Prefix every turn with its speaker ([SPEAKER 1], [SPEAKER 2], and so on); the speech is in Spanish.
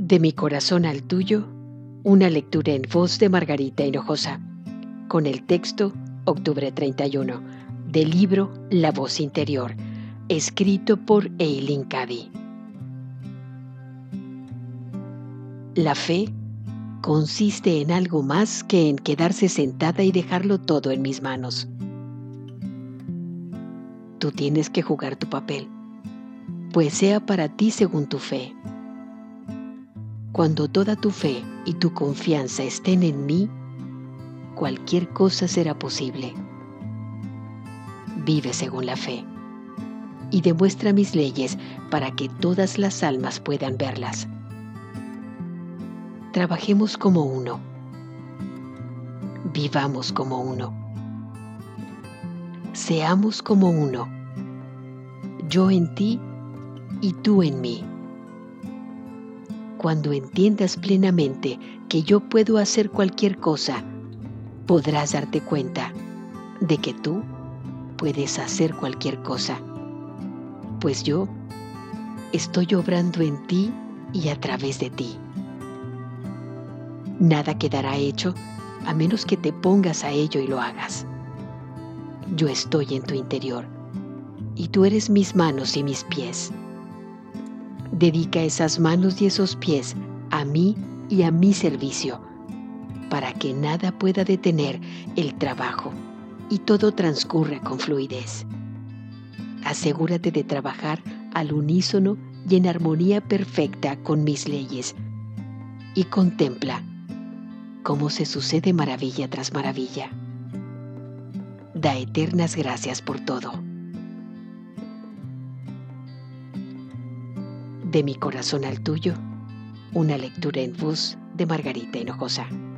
[SPEAKER 1] De mi corazón al tuyo, una lectura en voz de Margarita Hinojosa, con el texto Octubre 31, del libro La voz interior, escrito por Eileen Cady. La fe consiste en algo más que en quedarse sentada y dejarlo todo en mis manos. Tú tienes que jugar tu papel, pues sea para ti según tu fe. Cuando toda tu fe y tu confianza estén en mí, cualquier cosa será posible. Vive según la fe y demuestra mis leyes para que todas las almas puedan verlas. Trabajemos como uno. Vivamos como uno. Seamos como uno. Yo en ti y tú en mí. Cuando entiendas plenamente que yo puedo hacer cualquier cosa, podrás darte cuenta de que tú puedes hacer cualquier cosa, pues yo estoy obrando en ti y a través de ti. Nada quedará hecho a menos que te pongas a ello y lo hagas. Yo estoy en tu interior y tú eres mis manos y mis pies. Dedica esas manos y esos pies a mí y a mi servicio, para que nada pueda detener el trabajo y todo transcurra con fluidez. Asegúrate de trabajar al unísono y en armonía perfecta con mis leyes, y contempla cómo se sucede maravilla tras maravilla. Da eternas gracias por todo. De mi corazón al tuyo, una lectura en voz de Margarita Hinojosa.